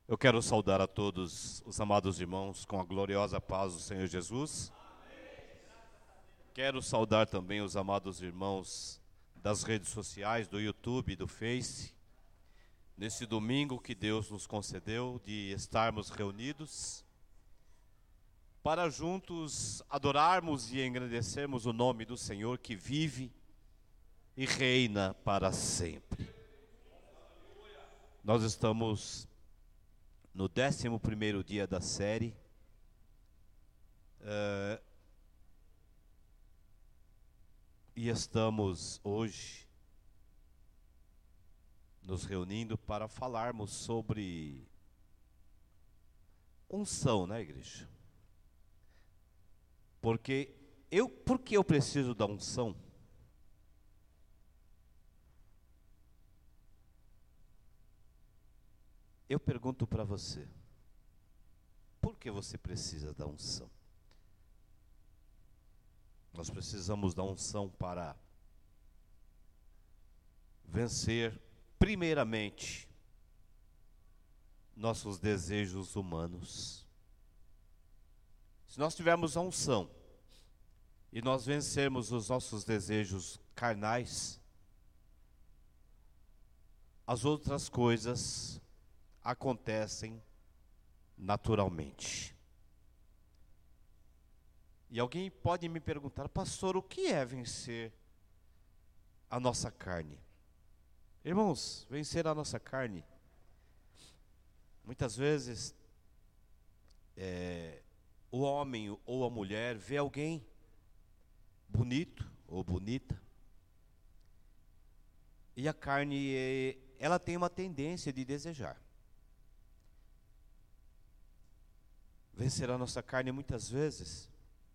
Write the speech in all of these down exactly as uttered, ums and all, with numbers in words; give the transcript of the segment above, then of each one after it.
Eu quero saudar a todos os amados irmãos com a gloriosa paz do Senhor Jesus. Quero saudar também os amados irmãos das redes sociais, do YouTube e do Face, nesse domingo que Deus nos concedeu de estarmos reunidos para juntos adorarmos e engrandecermos o nome do Senhor que vive e reina para sempre. Nós estamos no décimo primeiro dia da série, uh, e estamos hoje nos reunindo para falarmos sobre unção, né, igreja? Porque eu, por que eu preciso da unção? Eu pergunto para você, por que você precisa da unção? Nós precisamos da unção para vencer, primeiramente, nossos desejos humanos. Se nós tivermos a unção e nós vencermos os nossos desejos carnais, as outras coisas acontecem naturalmente. E alguém pode me perguntar, pastor, o que é vencer a nossa carne? Irmãos, vencer a nossa carne, muitas vezes, é, o homem ou a mulher vê alguém bonito ou bonita, e a carne, é, ela tem uma tendência de desejar. Vencer a nossa carne muitas vezes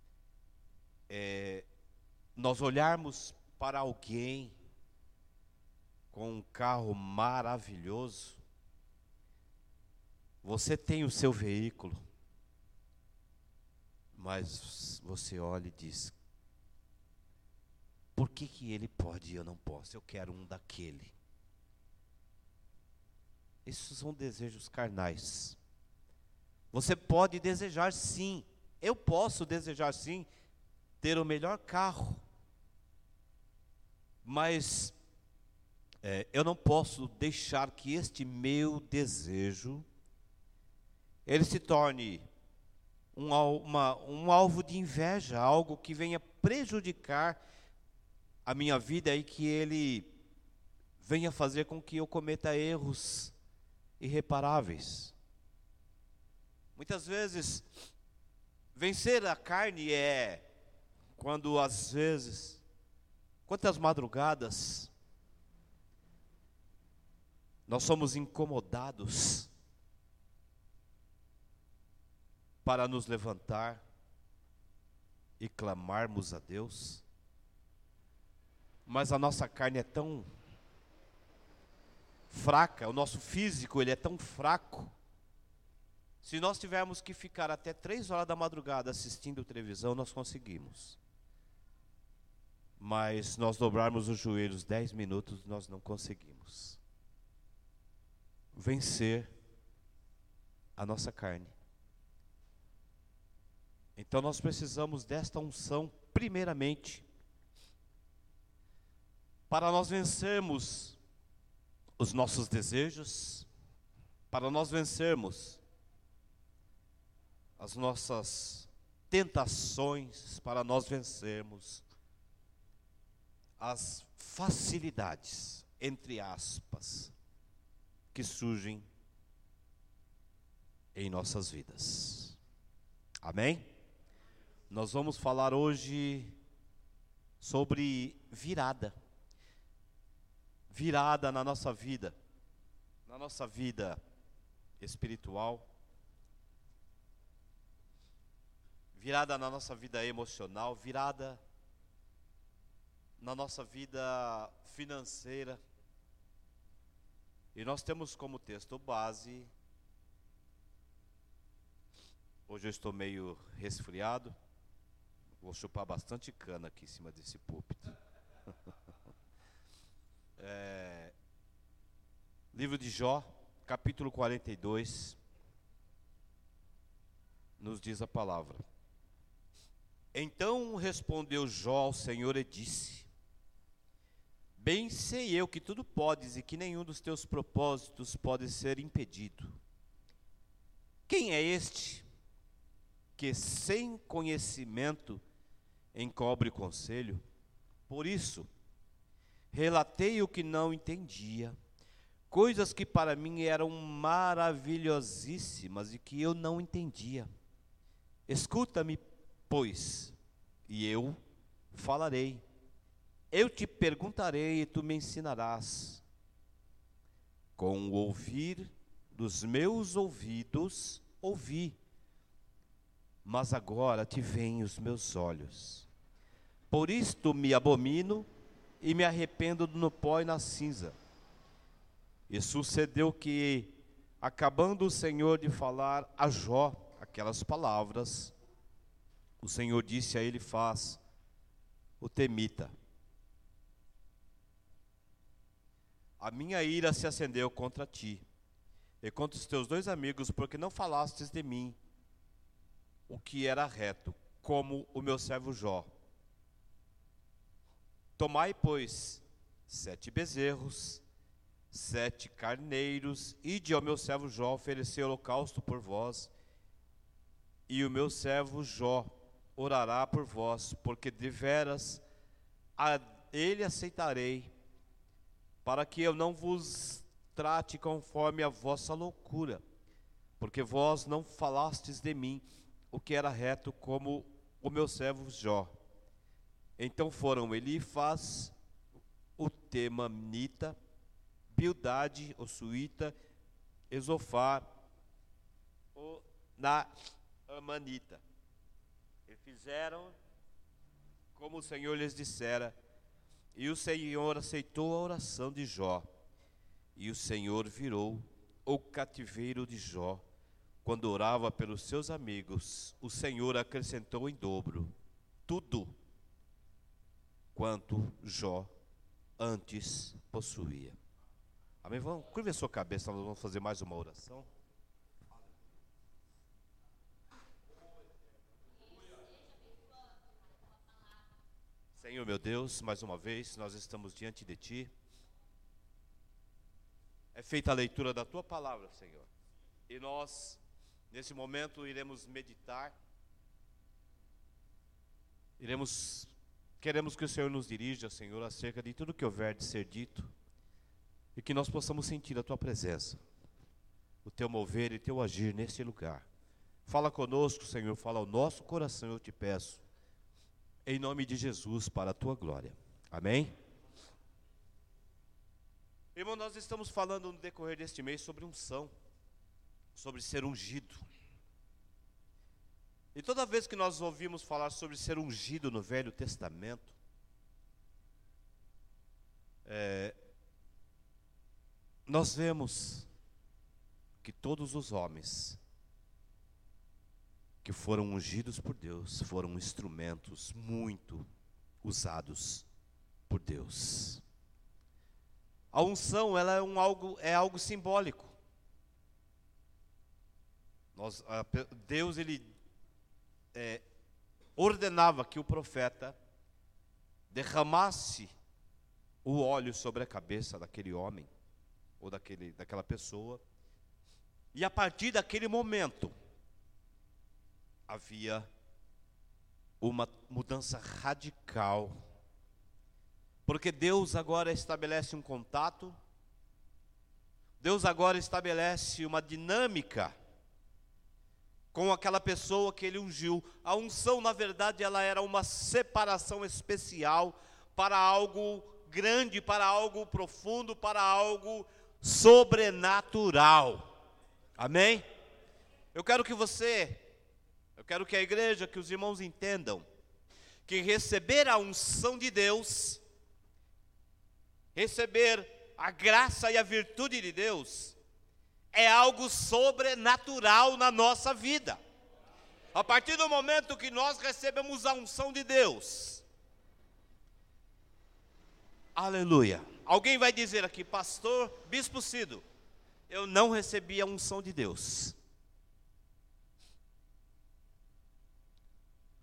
é nós olharmos para alguém com um carro maravilhoso. Você tem o seu veículo, mas você olha e diz, por que que ele pode e eu não posso? Eu quero um daquele. Esses são desejos carnais. Você pode desejar sim, eu posso desejar sim, ter o melhor carro, mas é, eu não posso deixar que este meu desejo, ele se torne um, uma, um alvo de inveja, algo que venha prejudicar a minha vida e que ele venha fazer com que eu cometa erros irreparáveis. Muitas vezes, vencer a carne é quando às vezes, quantas madrugadas, nós somos incomodados para nos levantar e clamarmos a Deus, mas a nossa carne é tão fraca, o nosso físico ele é tão fraco. Se nós tivermos que ficar até três horas da madrugada assistindo televisão, nós conseguimos. Mas se nós dobrarmos os joelhos dez minutos, nós não conseguimos vencer a nossa carne. Então nós precisamos desta unção, primeiramente, para nós vencermos os nossos desejos, para nós vencermos as nossas tentações, para nós vencermos as facilidades, entre aspas, que surgem em nossas vidas. Amém? Nós vamos falar hoje sobre virada. Virada na nossa vida, na nossa vida espiritual, virada na nossa vida emocional, virada na nossa vida financeira. E nós temos como texto base, hoje eu estou meio resfriado, vou chupar bastante cana aqui em cima desse púlpito. é, livro de Jó, capítulo quarenta e dois. nos diz a palavra. Então respondeu Jó ao Senhor e disse: bem sei eu que tudo podes e que nenhum dos teus propósitos pode ser impedido. Quem é este que sem conhecimento encobre conselho? Por isso, relatei o que não entendia, coisas que para mim eram maravilhosíssimas e que eu não entendia. Escuta-me, pois, e eu falarei. Eu te perguntarei e tu me ensinarás. Com o ouvir dos meus ouvidos, ouvi, mas agora te veem os meus olhos. Por isto me abomino e me arrependo no pó e na cinza. E sucedeu que, acabando o Senhor de falar a Jó aquelas palavras, o Senhor disse a Elifaz, o temita: a minha ira se acendeu contra ti e contra os teus dois amigos, porque não falastes de mim o que era reto, como o meu servo Jó. Tomai, pois, sete bezerros, sete carneiros, ide ao meu servo Jó oferecer holocausto por vós, e o meu servo Jó orará por vós, porque deveras a ele aceitarei, para que eu não vos trate conforme a vossa loucura, porque vós não falastes de mim o que era reto, como o meu servo Jó. Então foram Elifaz, o temanita, Bildade, o suíta, Esofar, o naamanita, e fizeram como o Senhor lhes dissera, e o Senhor aceitou a oração de Jó, e o Senhor virou o cativeiro de Jó. Quando orava pelos seus amigos, o Senhor acrescentou em dobro tudo quanto Jó antes possuía. Amém? Vamos curva a sua cabeça, nós vamos fazer mais uma oração. Senhor meu Deus, mais uma vez nós estamos diante de Ti. É feita a leitura da Tua palavra, Senhor, e nós nesse momento iremos meditar, iremos, queremos que o Senhor nos dirija, Senhor, acerca de tudo que houver de ser dito, e que nós possamos sentir a Tua presença, o Teu mover e Teu agir neste lugar. Fala conosco, Senhor, fala ao nosso coração, eu te peço, em nome de Jesus, para a Tua glória. Amém? Irmão, nós estamos falando no decorrer deste mês sobre unção, sobre ser ungido. E toda vez que nós ouvimos falar sobre ser ungido no Velho Testamento, é, nós vemos que todos os homens que foram ungidos por Deus foram instrumentos muito usados por Deus. A unção, ela é, um algo, é algo simbólico. Nós, a, Deus, ele é, ordenava que o profeta derramasse o óleo sobre a cabeça daquele homem, ou daquele, daquela pessoa, e a partir daquele momento, havia uma mudança radical, porque Deus agora estabelece um contato, Deus agora estabelece uma dinâmica com aquela pessoa que ele ungiu. A unção, na verdade, ela era uma separação especial para algo grande, para algo profundo, para algo sobrenatural. Amém? Eu quero que você, eu quero que a igreja, que os irmãos entendam que receber a unção de Deus, receber a graça e a virtude de Deus, é algo sobrenatural na nossa vida. A partir do momento que nós recebemos a unção de Deus, aleluia. Alguém vai dizer aqui, pastor, bispo Cido, eu não recebi a unção de Deus.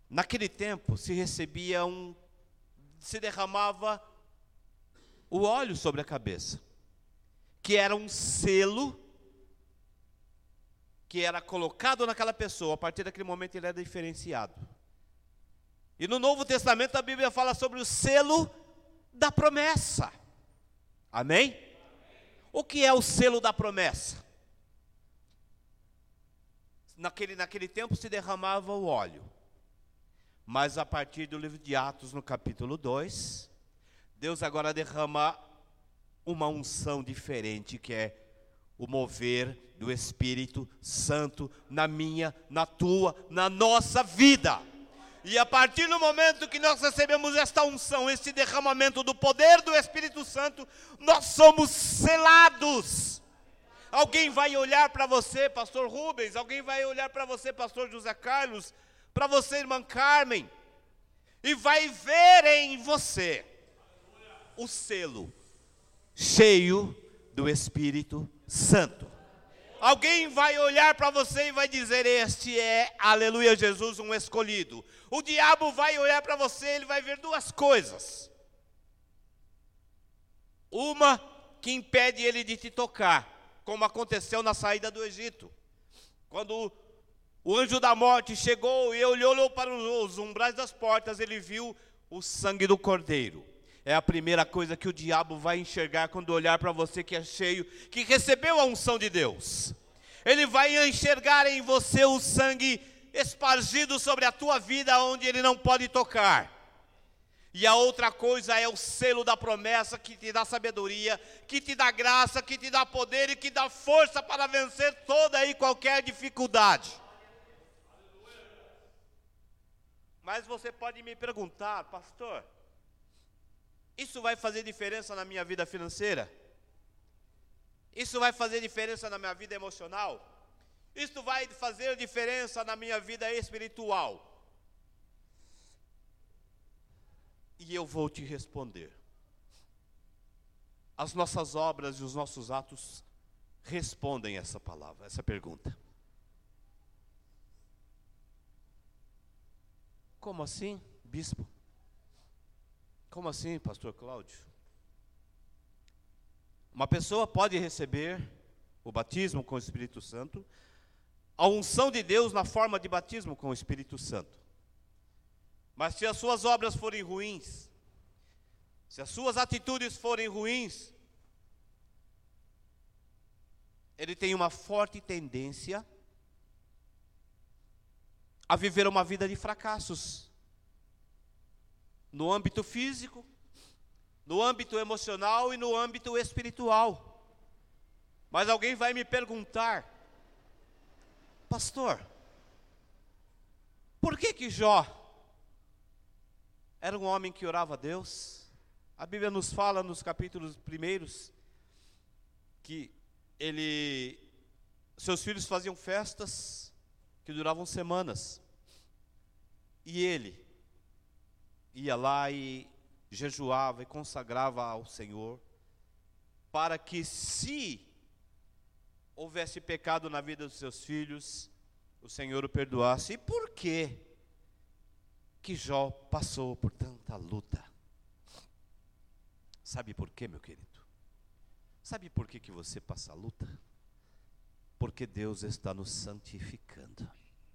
naquele tempo se recebia um, se derramava o óleo sobre a cabeça, que era um selo que era colocado naquela pessoa. A partir daquele momento ele era diferenciado. E no Novo Testamento a Bíblia fala sobre o selo da promessa. Amém? O que é o selo da promessa? Naquele, naquele tempo se derramava o óleo. Mas a partir do livro de Atos, no capítulo dois, Deus agora derrama uma unção diferente, que é o mover do Espírito Santo na minha, na tua, na nossa vida. E a partir do momento que nós recebemos esta unção, esse derramamento do poder do Espírito Santo, nós somos selados. Alguém vai olhar para você, pastor Rubens, alguém vai olhar para você, pastor José Carlos, para você, irmã Carmen, e vai ver em você o selo cheio do Espírito Santo. Alguém vai olhar para você e vai dizer: este é, aleluia Jesus, um escolhido. O diabo vai olhar para você, ele vai ver duas coisas. Uma que impede ele de te tocar, como aconteceu na saída do Egito. Quando o anjo da morte chegou e ele olhou para os umbrais das portas, ele viu o sangue do cordeiro. É a primeira coisa que o diabo vai enxergar quando olhar para você que é cheio, que recebeu a unção de Deus. Ele vai enxergar em você o sangue espargido sobre a tua vida, onde ele não pode tocar. E a outra coisa é o selo da promessa, que te dá sabedoria, que te dá graça, que te dá poder e que dá força para vencer toda e qualquer dificuldade. Mas você pode me perguntar: pastor, isso vai fazer diferença na minha vida financeira? Isso vai fazer diferença na minha vida emocional? Isso vai fazer diferença na minha vida espiritual? E eu vou te responder. As nossas obras e os nossos atos respondem essa palavra, essa pergunta. Como assim, bispo? Como assim, pastor Cláudio? Uma pessoa pode receber o batismo com o Espírito Santo, a unção de Deus na forma de batismo com o Espírito Santo. Mas se as suas obras forem ruins, se as suas atitudes forem ruins, ele tem uma forte tendência a viver uma vida de fracassos. No âmbito físico, no âmbito emocional e no âmbito espiritual. Mas alguém vai me perguntar: pastor, por que que Jó era um homem que orava a Deus? A Bíblia nos fala nos capítulos primeiros que ele, seus filhos faziam festas que duravam semanas. E ele ia lá e jejuava e consagrava ao Senhor, para que, se houvesse pecado na vida dos seus filhos, o Senhor o perdoasse. E por que que Jó passou por tanta luta? Sabe por quê, meu querido? Sabe por que que você passa a luta? Porque Deus está nos santificando.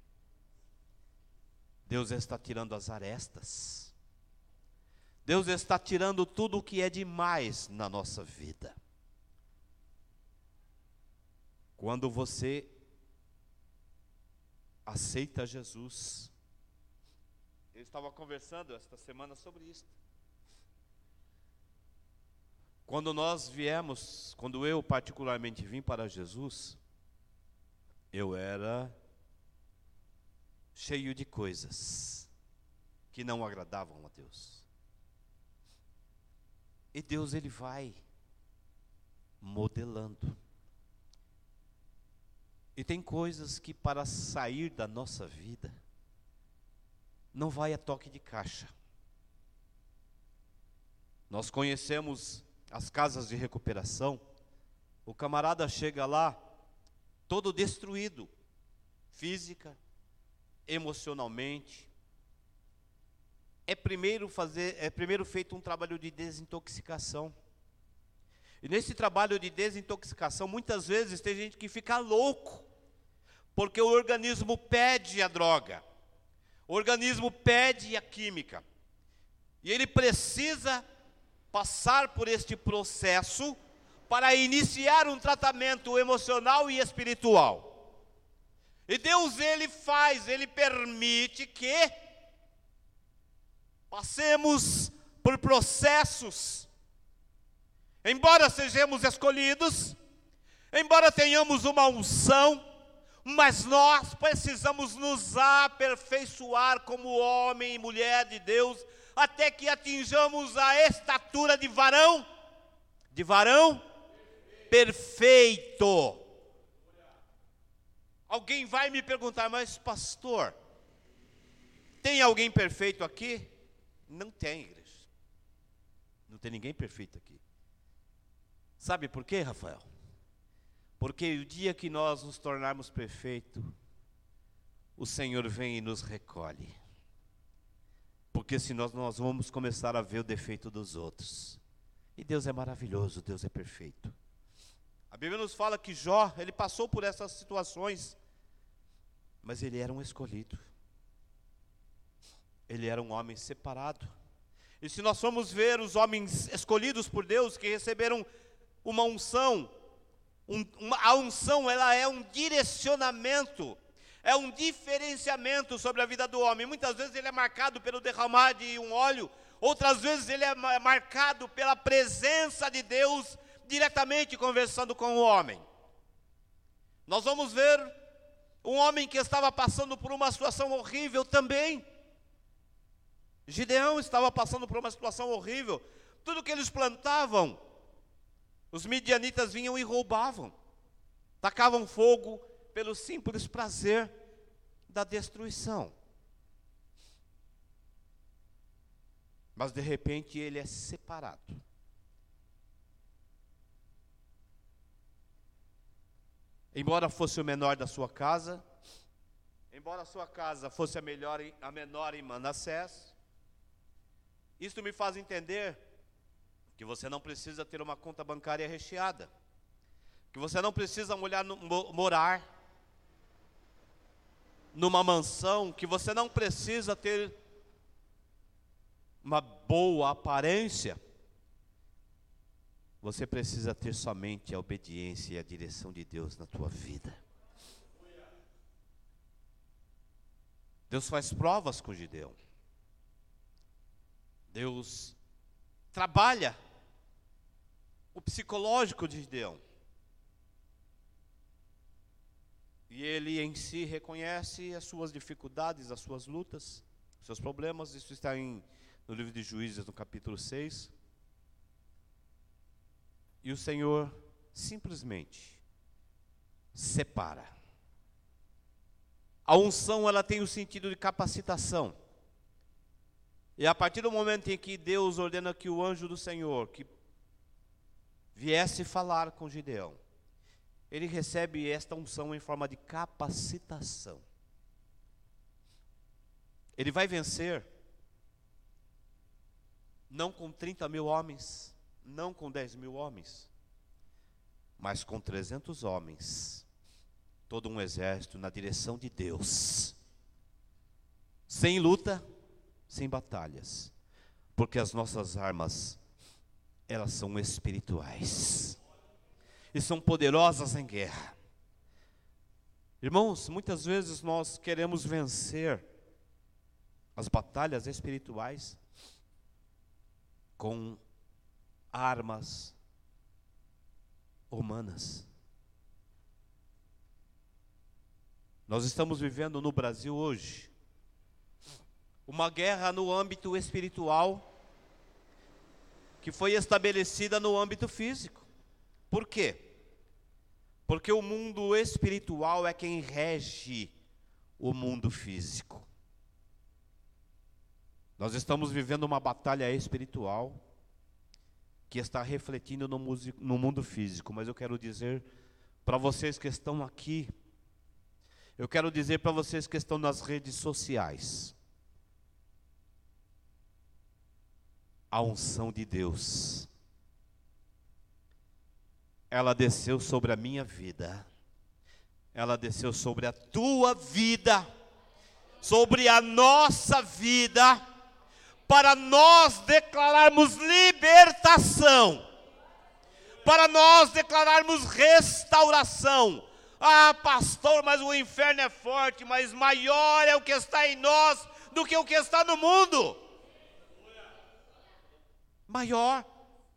Deus está tirando as arestas. Deus está tirando tudo o que é demais na nossa vida. Quando você aceita Jesus, eu estava conversando esta semana sobre isso. Quando nós viemos, quando eu particularmente vim para Jesus, eu era cheio de coisas que não agradavam a Deus. E Deus, ele vai modelando. E tem coisas que, para sair da nossa vida, não vai a toque de caixa. Nós conhecemos as casas de recuperação. O camarada chega lá todo destruído, física, emocionalmente, é primeiro fazer, é primeiro feito um trabalho de desintoxicação. E nesse trabalho de desintoxicação, muitas vezes tem gente que fica louco, porque o organismo pede a droga, o organismo pede a química, e ele precisa passar por este processo para iniciar um tratamento emocional e espiritual. E Deus, Ele faz, Ele permite que passemos por processos. Embora sejamos escolhidos, embora tenhamos uma unção, mas nós precisamos nos aperfeiçoar como homem e mulher de Deus, até que atinjamos a estatura de varão, de varão perfeito. Alguém vai me perguntar, mas pastor, tem alguém perfeito aqui? Não tem, igreja. Não tem ninguém perfeito aqui. Sabe por quê, Rafael? Porque o dia que nós nos tornarmos perfeitos, o Senhor vem e nos recolhe. Porque senão nós vamos começar a ver o defeito dos outros. E Deus é maravilhoso, Deus é perfeito. A Bíblia nos fala que Jó, ele passou por essas situações, mas ele era um escolhido. Ele era um homem separado. E se nós formos ver os homens escolhidos por Deus, que receberam uma unção, um, uma, a unção ela é um direcionamento, é um diferenciamento sobre a vida do homem. Muitas vezes ele é marcado pelo derramar de um óleo, outras vezes ele é marcado pela presença de Deus diretamente conversando com o homem. Nós vamos ver um homem que estava passando por uma situação horrível também. Gideão estava passando por uma situação horrível. Tudo que eles plantavam, os midianitas vinham e roubavam. Tacavam fogo pelo simples prazer da destruição. Mas de repente ele é separado. Embora fosse o menor da sua casa, embora a sua casa fosse a, melhor, a menor em Manassés, isto me faz entender que você não precisa ter uma conta bancária recheada, que você não precisa molhar no, morar numa mansão, que você não precisa ter uma boa aparência. Você precisa ter somente a obediência e a direção de Deus na tua vida. Deus faz provas com Gideão. Deus trabalha o psicológico de Gideão. E ele em si reconhece as suas dificuldades, as suas lutas, os seus problemas. Isso está em, no livro de Juízes, no capítulo seis. E o Senhor simplesmente separa. A unção, ela tem o sentido de capacitação. E a partir do momento em que Deus ordena que o anjo do Senhor que viesse falar com Gideão, ele recebe esta unção em forma de capacitação. Ele vai vencer não com trinta mil homens, não com dez mil homens, mas com trezentos homens, todo um exército na direção de Deus, sem luta, sem batalhas, porque as nossas armas, elas são espirituais, e são poderosas em guerra. Irmãos, muitas vezes nós queremos vencer as batalhas espirituais com armas humanas. Nós estamos vivendo no Brasil hoje uma guerra no âmbito espiritual que foi estabelecida no âmbito físico. Por quê? Porque o mundo espiritual é quem rege o mundo físico. Nós estamos vivendo uma batalha espiritual que está refletindo no, music, no mundo físico, mas eu quero dizer para vocês que estão aqui, eu quero dizer para vocês que estão nas redes sociais, a unção de Deus, ela desceu sobre a minha vida, ela desceu sobre a tua vida, sobre a nossa vida, para nós declararmos libertação, para nós declararmos restauração. Ah, pastor, mas o inferno é forte, mas maior é o que está em nós do que o que está no mundo. Maior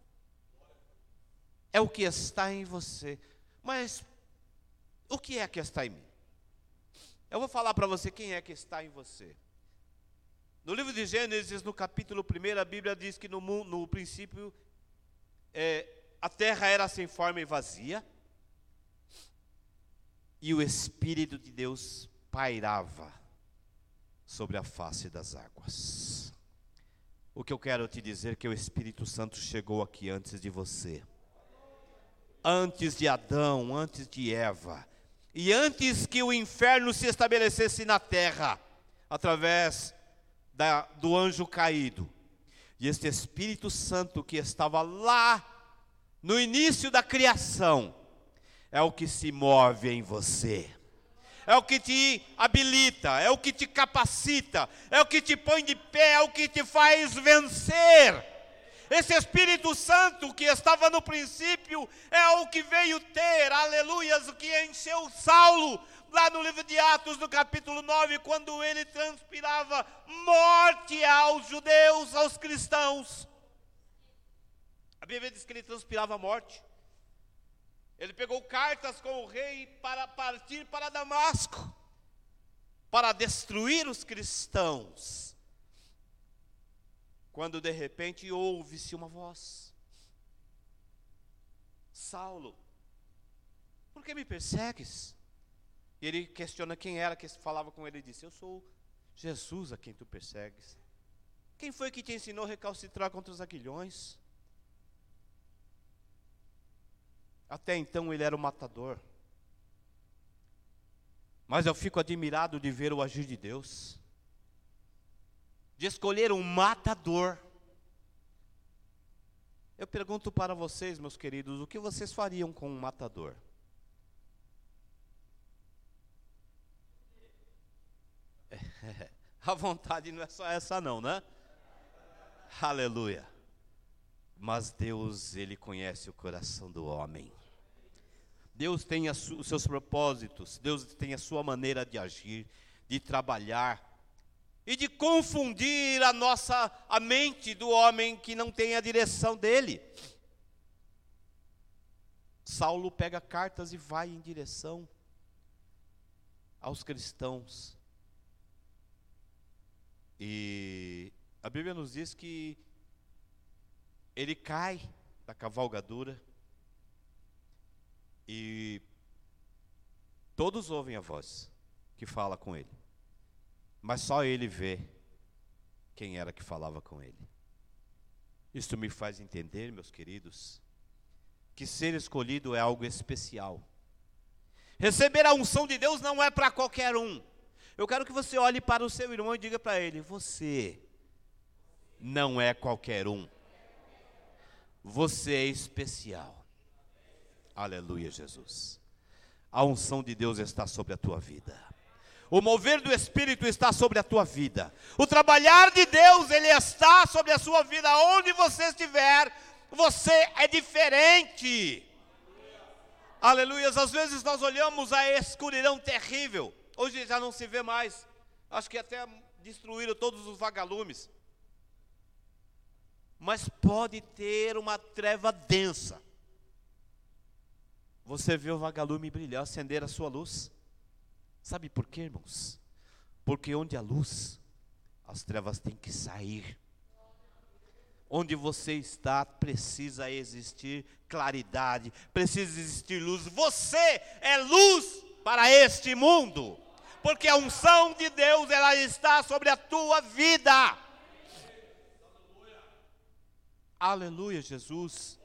é o que está em você. Mas o que é que está em mim? Eu vou falar para você quem é que está em você. No livro de Gênesis, no capítulo um, a Bíblia diz que no, no princípio é, a terra era sem forma e vazia, e o Espírito de Deus pairava sobre a face das águas. O que eu quero te dizer é que o Espírito Santo chegou aqui antes de você, antes de Adão, antes de Eva, e antes que o inferno se estabelecesse na terra, através da, do anjo caído. E este Espírito Santo que estava lá, no início da criação, é o que se move em você, é o que te habilita, é o que te capacita, é o que te põe de pé, é o que te faz vencer. Esse Espírito Santo que estava no princípio é o que veio ter, aleluias, o que encheu Saulo, lá no livro de Atos, no capítulo nove, quando ele transpirava morte aos judeus, aos cristãos. A Bíblia diz que ele transpirava morte. Ele pegou cartas com o rei para partir para Damasco, para destruir os cristãos. Quando de repente ouve-se uma voz: Saulo, por que me persegues? E ele questiona quem era que falava com ele e disse: eu sou Jesus a quem tu persegues. Quem foi que te ensinou a recalcitrar contra os aguilhões? Até então ele era o matador. Mas eu fico admirado de ver o agir de Deus, de escolher um matador. Eu pergunto para vocês, meus queridos, o que vocês fariam com um matador? É, a vontade não é só essa não, né? Aleluia. Mas Deus, Ele conhece o coração do homem. Deus tem os seus propósitos, Deus tem a sua maneira de agir, de trabalhar e de confundir a nossa, a mente do homem que não tem a direção dele. Saulo pega cartas e vai em direção aos cristãos. E a Bíblia nos diz que ele cai da cavalgadura e todos ouvem a voz que fala com ele, mas só ele vê quem era que falava com ele. Isto me faz entender, meus queridos, que ser escolhido é algo especial. Receber a unção de Deus não é para qualquer um. Eu quero que você olhe para o seu irmão e diga para ele: você não é qualquer um. Você é especial. Aleluia, Jesus. A unção de Deus está sobre a tua vida. O mover do Espírito está sobre a tua vida. O trabalhar de Deus, Ele está sobre a sua vida. Onde você estiver, você é diferente. Aleluia. Às vezes nós olhamos a escuridão terrível. Hoje já não se vê mais. Acho que até destruíram todos os vagalumes. Mas pode ter uma treva densa. Você vê o vagalume brilhar, acender a sua luz. Sabe por quê, irmãos? Porque onde há luz, as trevas têm que sair. Onde você está, precisa existir claridade, precisa existir luz. Você é luz para este mundo, porque a unção de Deus, ela está sobre a tua vida. Aleluia, Jesus.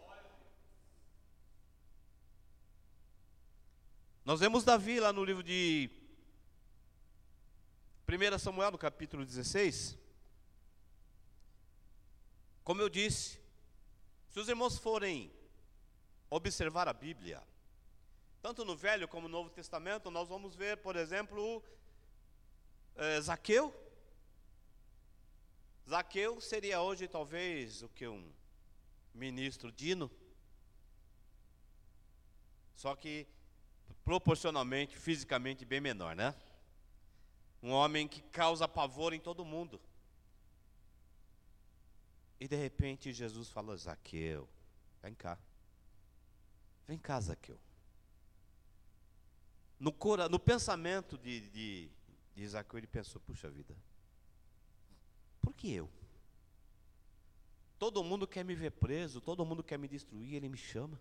Nós vemos Davi lá no livro de primeiro Samuel, no capítulo dezesseis. Como eu disse, se os irmãos forem observar a Bíblia, tanto no Velho como no Novo Testamento, nós vamos ver, por exemplo, eh, Zaqueu. Zaqueu seria hoje talvez o que um ministro Dino, só que proporcionalmente, fisicamente bem menor, né? Um homem que causa pavor em todo mundo. E de repente Jesus falou: Zaqueu, vem cá. Vem cá, Zaqueu. No, cora, no pensamento de, de, de Zaqueu, ele pensou: puxa vida, por que eu? Todo mundo quer me ver preso, todo mundo quer me destruir, ele me chama.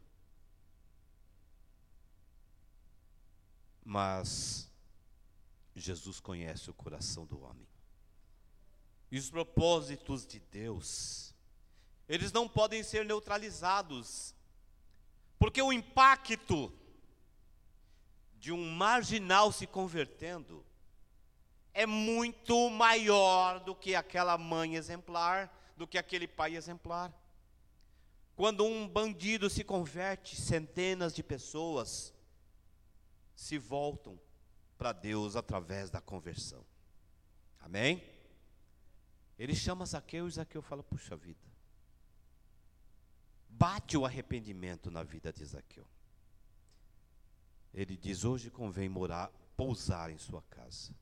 Mas Jesus conhece o coração do homem. E os propósitos de Deus, eles não podem ser neutralizados, porque o impacto de um marginal se convertendo é muito maior do que aquela mãe exemplar, do que aquele pai exemplar. Quando um bandido se converte, centenas de pessoas se voltam para Deus através da conversão. Amém? Ele chama Zaqueu e Zaqueu fala: puxa vida. Bate o arrependimento na vida de Zaqueu. Ele diz: hoje convém morar, pousar em sua casa.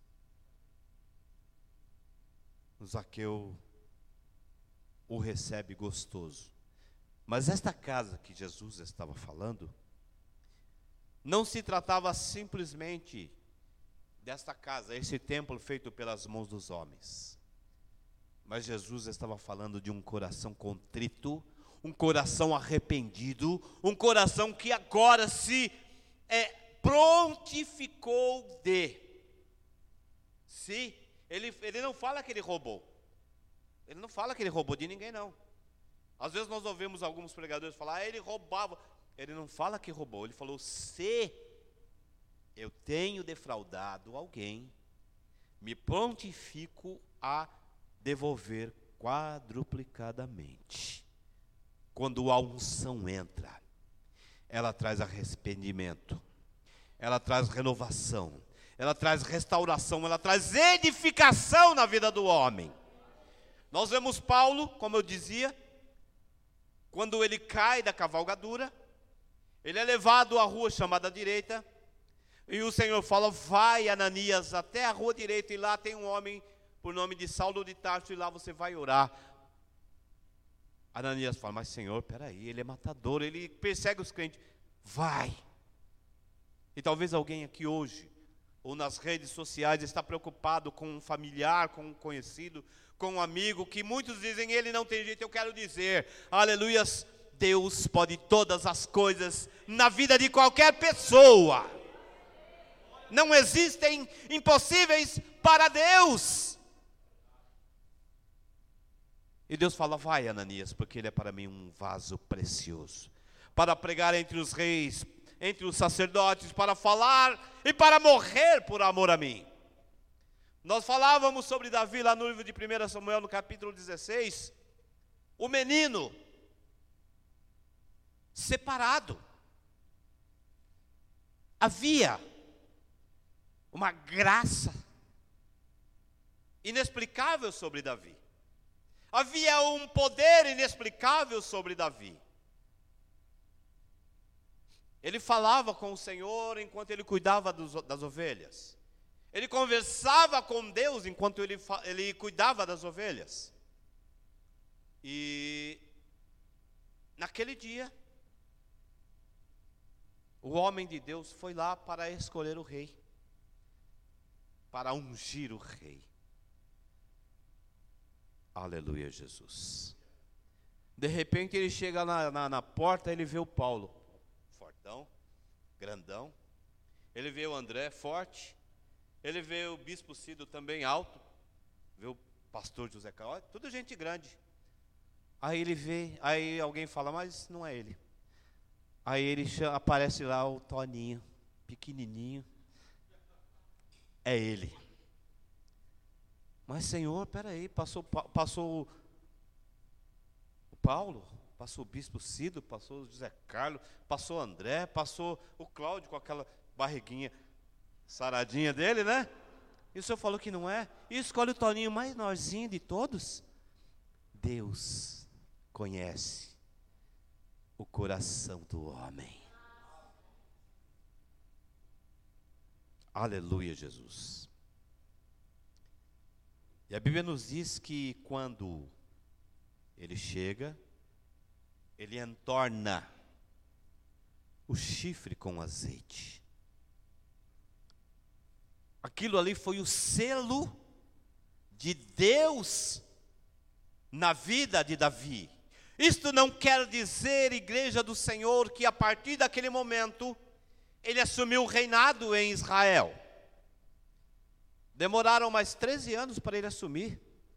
O Zaqueu o recebe gostoso. Mas esta casa que Jesus estava falando, não se tratava simplesmente desta casa, esse templo feito pelas mãos dos homens. Mas Jesus estava falando de um coração contrito, um coração arrependido, um coração que agora se é, prontificou de. Se ele, ele não fala que ele roubou. Ele não fala que ele roubou de ninguém, não. Às vezes nós ouvimos alguns pregadores falar: ah, ele roubava. Ele não fala que roubou, ele falou: se eu tenho defraudado alguém, me prontifico a devolver quadruplicadamente. Quando a unção entra, ela traz arrependimento, ela traz renovação, ela traz restauração, ela traz edificação na vida do homem. Nós vemos Paulo, como eu dizia, quando ele cai da cavalgadura, ele é levado à rua chamada direita, e o Senhor fala: vai, Ananias, até a rua direita, e lá tem um homem por nome de Saulo de Tarso, e lá você vai orar. Ananias fala: mas Senhor, peraí, ele é matador, ele persegue os crentes. Vai. E talvez alguém aqui hoje, ou nas redes sociais, está preocupado com um familiar, com um conhecido, com um amigo, que muitos dizem: ele não tem jeito. Eu quero dizer, aleluias, Deus pode todas as coisas na vida de qualquer pessoa. Não existem impossíveis para Deus. E Deus fala: vai, Ananias, porque ele é para mim um vaso precioso, para pregar entre os reis, entre os sacerdotes, para falar e para morrer por amor a mim. Nós falávamos sobre Davi lá no livro de primeiro Samuel, no capítulo dezesseis. O menino separado. Havia uma graça inexplicável sobre Davi. Havia um poder inexplicável sobre Davi. Ele falava com o Senhor enquanto ele cuidava dos, das ovelhas. Ele conversava com Deus enquanto ele, ele cuidava das ovelhas. E naquele dia, o homem de Deus foi lá para escolher o rei, para ungir o rei. Aleluia, Jesus. De repente ele chega na, na, na porta, ele vê o Paulo, fortão, grandão. Ele vê o André, forte. Ele vê o bispo Cido, também alto. Vê o pastor José Carlos, tudo gente grande. Aí ele vê, aí alguém fala: mas não é ele. Aí ele chama, aparece lá o Toninho, pequenininho. É ele. Mas Senhor, peraí, passou, passou Paulo, passou o bispo Cido, passou o José Carlos, passou o André, passou o Cláudio com aquela barriguinha saradinha dele, né? E o senhor falou que não é? E escolhe o Toninho mais norzinho de todos? Deus conhece o coração do homem. Aleluia, Jesus. E a Bíblia nos diz que quando ele chega, ele entorna o chifre com azeite. Aquilo ali foi o selo de Deus na vida de Davi. Isto não quer dizer, igreja do Senhor, que a partir daquele momento ele assumiu o reinado em Israel. Demoraram mais treze anos para ele assumir.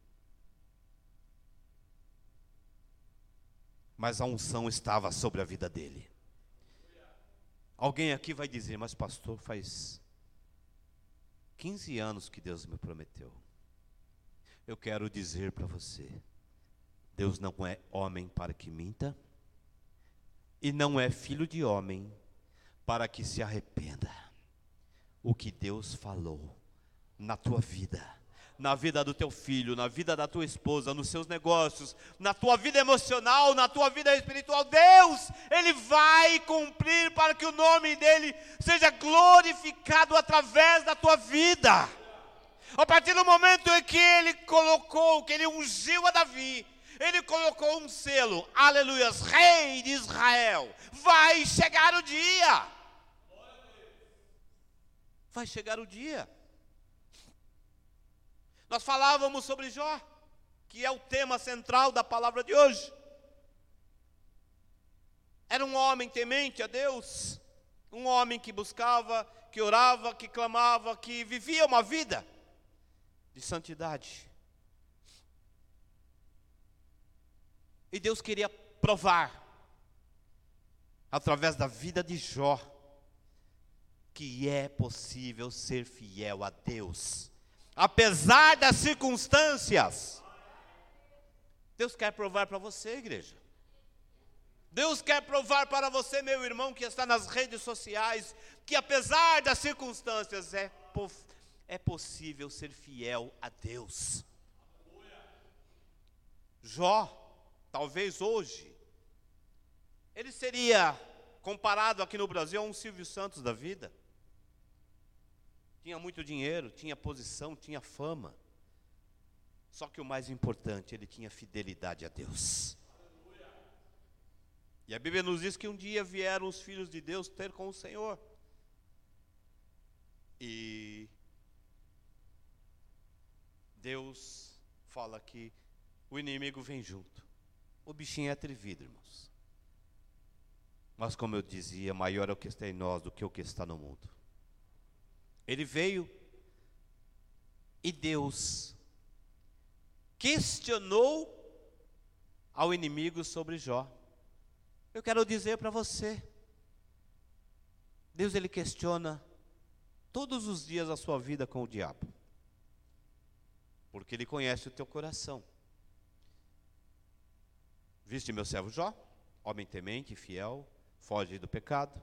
Mas a unção estava sobre a vida dele. Alguém aqui vai dizer, mas pastor, faz quinze anos que Deus me prometeu. Eu quero dizer para você, Deus não é homem para que minta, e não é filho de homem para que se arrependa. O que Deus falou na tua vida, na vida do teu filho, na vida da tua esposa, nos seus negócios, na tua vida emocional, na tua vida espiritual, Deus, Ele vai cumprir para que o nome dEle seja glorificado através da tua vida. A partir do momento em que Ele colocou, que Ele ungiu a Davi, Ele colocou um selo, aleluias, Rei de Israel. Vai chegar o dia. Vai chegar o dia. Nós falávamos sobre Jó, que é o tema central da palavra de hoje. Era um homem temente a Deus, um homem que buscava, que orava, que clamava, que vivia uma vida de santidade. E Deus queria provar, através da vida de Jó, que é possível ser fiel a Deus, apesar das circunstâncias. Deus quer provar para você, igreja. Deus quer provar para você, meu irmão, que está nas redes sociais, que apesar das circunstâncias, é, é possível ser fiel a Deus. Jó, talvez hoje, ele seria comparado aqui no Brasil a um Silvio Santos da vida. Tinha muito dinheiro, tinha posição, tinha fama. Só que o mais importante, ele tinha fidelidade a Deus. E a Bíblia nos diz que um dia vieram os filhos de Deus ter com o Senhor. E Deus fala que o inimigo vem junto. O bichinho é atrevido, irmãos. Mas como eu dizia, maior é o que está em nós do que o que está no mundo. Ele veio e Deus questionou ao inimigo sobre Jó. Eu quero dizer para você, Deus ele questiona todos os dias a sua vida com o diabo, porque ele conhece o teu coração. Viste meu servo Jó, homem temente e fiel, foge do pecado.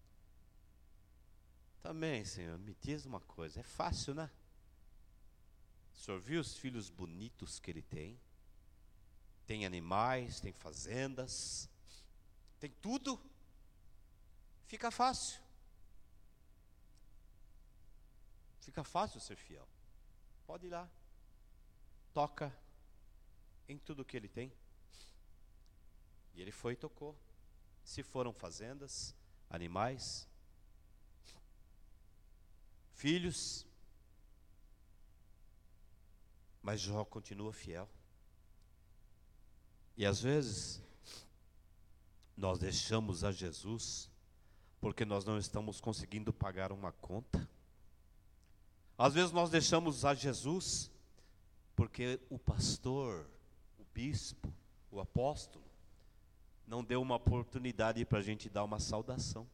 Também, Senhor, me diz uma coisa, é fácil, né? O Senhor viu os filhos bonitos que ele tem? Tem animais, tem fazendas, tem tudo. Fica fácil. Fica fácil ser fiel. Pode ir lá. Toca em tudo que ele tem. E ele foi e tocou. Se foram fazendas, animais, filhos, mas Jó continua fiel. E às vezes nós deixamos a Jesus porque nós não estamos conseguindo pagar uma conta. Às vezes nós deixamos a Jesus porque o pastor, o bispo, o apóstolo não deu uma oportunidade para a gente dar uma saudação.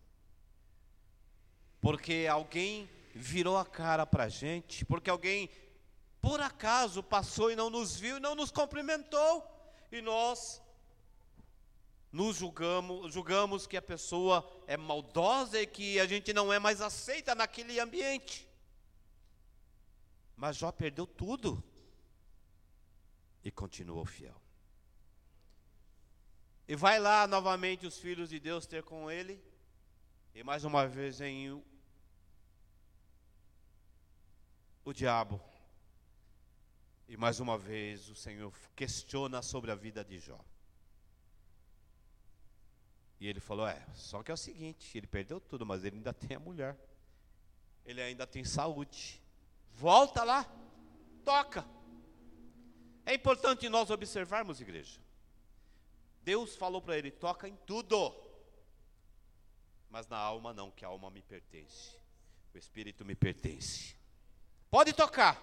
Porque alguém virou a cara para a gente, porque alguém, por acaso, passou e não nos viu e não nos cumprimentou. E nós nos julgamos, julgamos que a pessoa é maldosa e que a gente não é mais aceita naquele ambiente. Mas Jó perdeu tudo e continuou fiel. E vai lá novamente os filhos de Deus ter com ele, e mais uma vez vem o, o diabo, e mais uma vez o Senhor questiona sobre a vida de Jó. E ele falou, é, só que é o seguinte, ele perdeu tudo, mas ele ainda tem a mulher, ele ainda tem saúde, volta lá, toca. É importante nós observarmos, igreja, Deus falou para ele, toca em tudo, mas na alma não, que a alma me pertence, o espírito me pertence, pode tocar.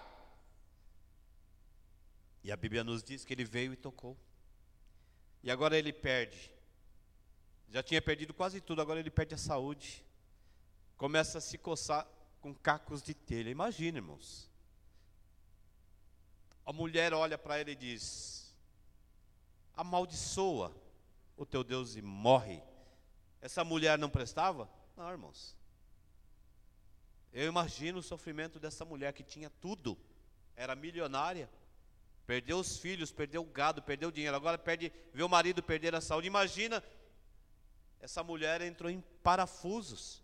E a Bíblia nos diz que ele veio e tocou, e agora ele perde. Já tinha perdido quase tudo, agora ele perde a saúde. Começa a se coçar com cacos de telha. Imagina, irmãos. A mulher olha para ele e diz, amaldiçoa o teu Deus e morre. Essa mulher não prestava? Não, irmãos. Eu imagino o sofrimento dessa mulher que tinha tudo. Era milionária. Perdeu os filhos, perdeu o gado, perdeu o dinheiro. Agora perde, vê o marido perder a saúde. Imagina. Essa mulher entrou em parafusos.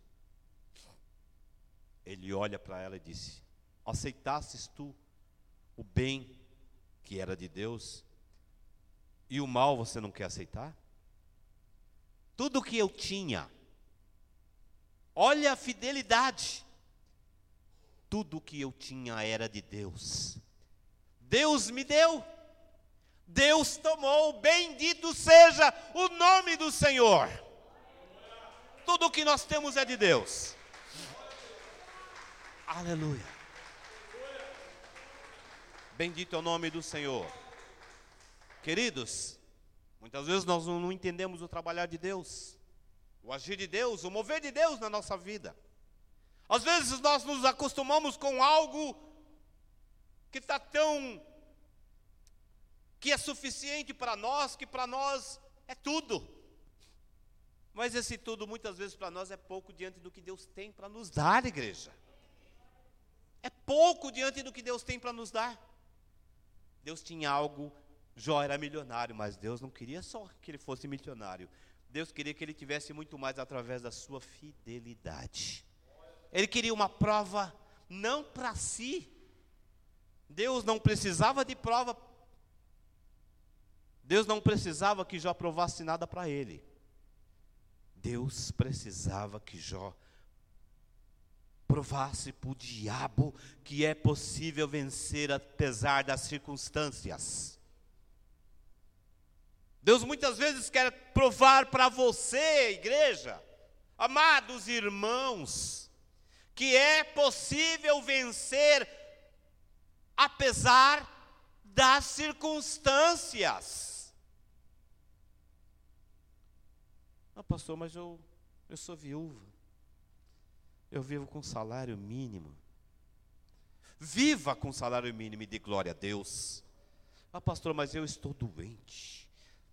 Ele olha para ela e disse, aceitasses tu o bem que era de Deus e o mal você não quer aceitar? Tudo que eu tinha, olha a fidelidade, tudo que eu tinha era de Deus. Deus me deu, Deus tomou, bendito seja o nome do Senhor. Tudo o que nós temos é de Deus. Aleluia. Bendito é o nome do Senhor. Queridos, muitas vezes nós não entendemos o trabalhar de Deus, o agir de Deus, o mover de Deus na nossa vida. Às vezes nós nos acostumamos com algo que está tão, que é suficiente para nós, que para nós é tudo. Mas esse tudo muitas vezes para nós é pouco diante do que Deus tem para nos dar, igreja. É pouco diante do que Deus tem para nos dar. Deus tinha algo, Jó era milionário, mas Deus não queria só que ele fosse milionário. Deus queria que ele tivesse muito mais através da sua fidelidade. Ele queria uma prova não para si. Deus não precisava de prova. Deus não precisava que Jó provasse nada para ele. Deus precisava que Jó provasse para o diabo que é possível vencer apesar das circunstâncias. Deus muitas vezes quer provar para você, igreja, amados irmãos, que é possível vencer apesar das circunstâncias. Ah, pastor, mas eu, eu sou viúva. Eu vivo com salário mínimo. Viva com salário mínimo e dê glória a Deus. Ah, pastor, mas eu estou doente.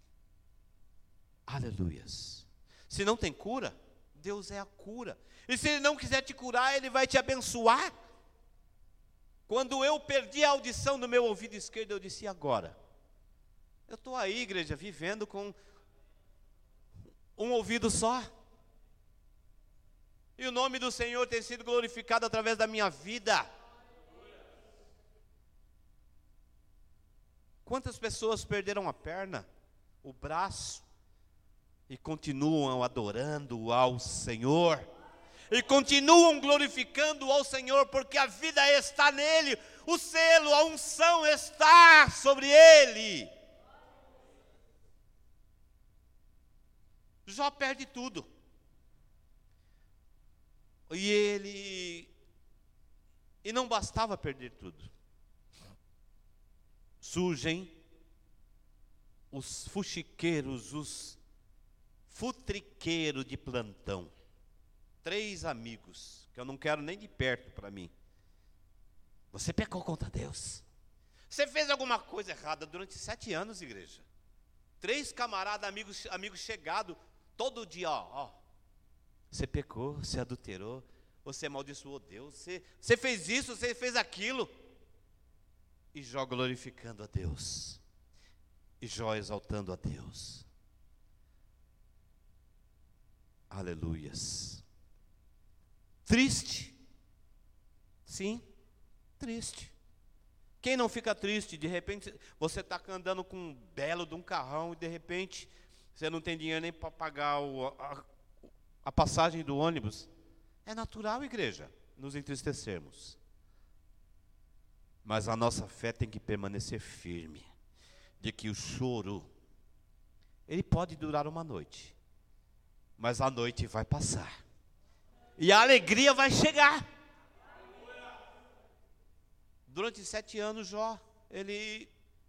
Aleluias. Se não tem cura, Deus é a cura. E se Ele não quiser te curar, Ele vai te abençoar. Quando eu perdi a audição do meu ouvido esquerdo, eu disse, e agora? Eu estou aí, igreja, vivendo com um ouvido só. E o nome do Senhor tem sido glorificado através da minha vida. Quantas pessoas perderam a perna, o braço, e continuam adorando ao Senhor, e continuam glorificando ao Senhor, porque a vida está nele, o selo, a unção está sobre ele. Jó perde tudo. E ele, e não bastava perder tudo. Surgem os fuxiqueiros, os futriqueiros de plantão. Três amigos, que eu não quero nem de perto para mim. Você pecou contra Deus. Você fez alguma coisa errada durante sete anos, igreja. Três camaradas, amigos, amigos chegados, todo dia, ó, ó. Você pecou, você adulterou, você amaldiçoou Deus, você, você fez isso, você fez aquilo. E Jó glorificando a Deus. E Jó exaltando a Deus. Aleluias. Triste. Sim, triste. Quem não fica triste? De repente, você está andando com um belo de um carrão e de repente, você não tem dinheiro nem para pagar o, a, a passagem do ônibus. É natural, igreja, nos entristecermos. Mas a nossa fé tem que permanecer firme. De que o choro, ele pode durar uma noite. Mas a noite vai passar. E a alegria vai chegar. Durante sete anos, Jó, ele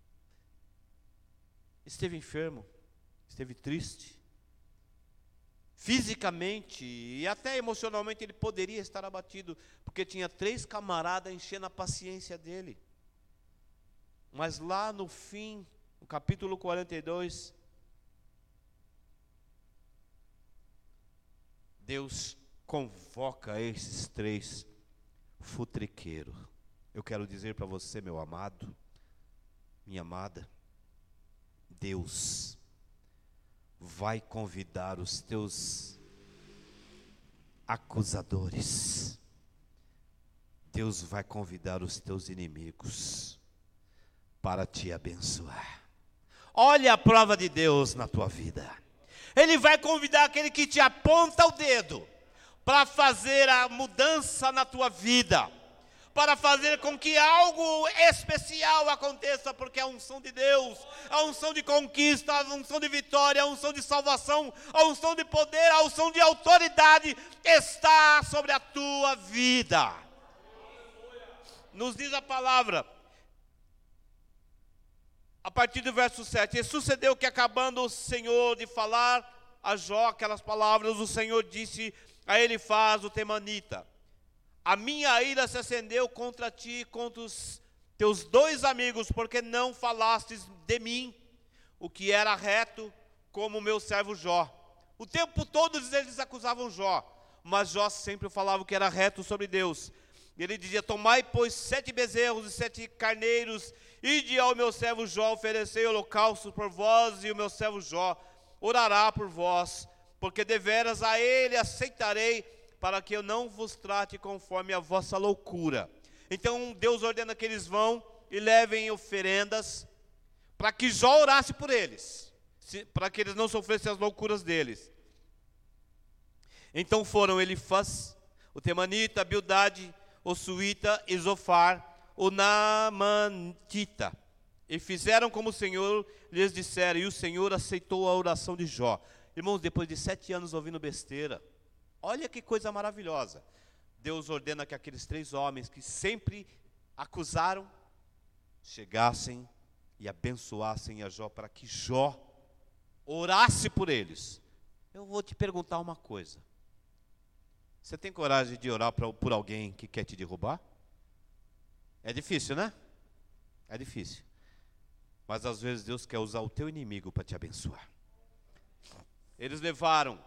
esteve enfermo, esteve triste. Fisicamente e até emocionalmente ele poderia estar abatido, porque tinha três camaradas enchendo a paciência dele. Mas lá no fim, no capítulo quarenta e dois, Deus convoca esses três futriqueiros. Eu quero dizer para você, meu amado, minha amada, Deus vai convidar os teus acusadores. Deus vai convidar os teus inimigos para te abençoar. Olha a prova de Deus na tua vida. Ele vai convidar aquele que te aponta o dedo para fazer a mudança na tua vida, para fazer com que algo especial aconteça, porque a unção de Deus, a unção de conquista, a unção de vitória, a unção de salvação, a unção de poder, a unção de autoridade está sobre a tua vida. Nos diz a palavra, a partir do verso sete, e sucedeu que acabando o Senhor de falar a Jó aquelas palavras, o Senhor disse a Elifaz o temanita: a minha ira se acendeu contra ti e contra os teus dois amigos, porque não falastes de mim o que era reto, como o meu servo Jó. O tempo todo eles acusavam Jó, mas Jó sempre falava o que era reto sobre Deus. Ele dizia: tomai, pois, sete bezerros e sete carneiros, ide ao meu servo Jó, oferecei holocausto por vós, e o meu servo Jó orará por vós, porque deveras a ele aceitarei, para que eu não vos trate conforme a vossa loucura. Então Deus ordena que eles vão e levem oferendas, para que Jó orasse por eles, para que eles não sofressem as loucuras deles. Então foram Elifaz, o temanita, Bildade, o suíta, e Zofar, o naamantita, e fizeram como o Senhor lhes dissera, e o Senhor aceitou a oração de Jó. Irmãos, depois de sete anos ouvindo besteira, olha que coisa maravilhosa. Deus ordena que aqueles três homens que sempre acusaram, chegassem e abençoassem a Jó, para que Jó orasse por eles. Eu vou te perguntar uma coisa. Você tem coragem de orar pra, por alguém que quer te derrubar? É difícil, né? É difícil. Mas às vezes Deus quer usar o teu inimigo para te abençoar. Eles levaram,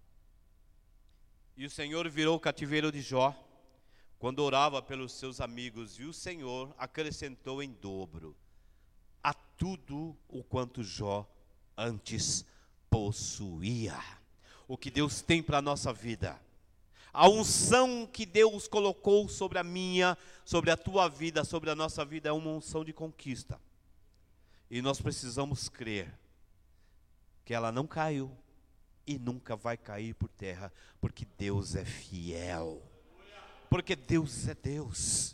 e o Senhor virou o cativeiro de Jó, quando orava pelos seus amigos, e o Senhor acrescentou em dobro a tudo o quanto Jó antes possuía. O que Deus tem para a nossa vida, a unção que Deus colocou sobre a minha, sobre a tua vida, sobre a nossa vida, é uma unção de conquista. E nós precisamos crer que ela não caiu e nunca vai cair por terra, porque Deus é fiel. Porque Deus é Deus.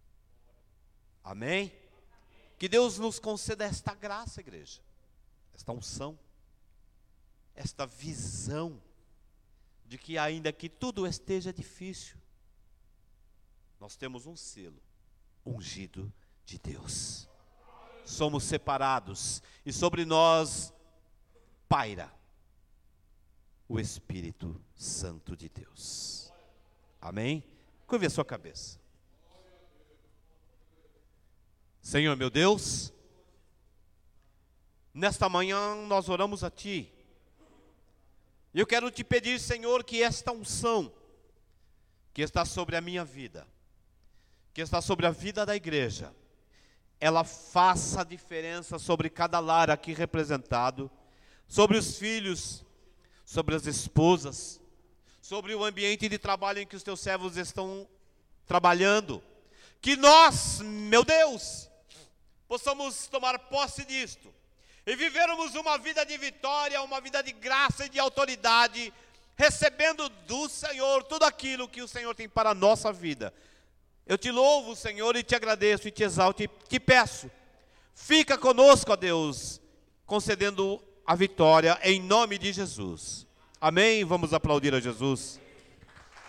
Amém? Que Deus nos conceda esta graça, igreja, esta unção, esta visão de que ainda que tudo esteja difícil, nós temos um selo ungido de Deus. Somos separados e sobre nós paira o Espírito Santo de Deus. Amém? Curve a sua cabeça. Senhor meu Deus, Nesta manhã nós oramos a Ti. Eu quero te pedir, Senhor, que esta unção que está sobre a minha vida, que está sobre a vida da igreja, ela faça a diferença sobre cada lar aqui representado, sobre os filhos, sobre as esposas, sobre o ambiente de trabalho em que os teus servos estão trabalhando. Que nós, meu Deus, possamos tomar posse disto e vivermos uma vida de vitória, uma vida de graça e de autoridade, recebendo do Senhor tudo aquilo que o Senhor tem para a nossa vida. Eu te louvo, Senhor, e te agradeço e te exalto e te peço, fica conosco, ó Deus, concedendo a vitória em nome de Jesus. Amém? Vamos aplaudir a Jesus.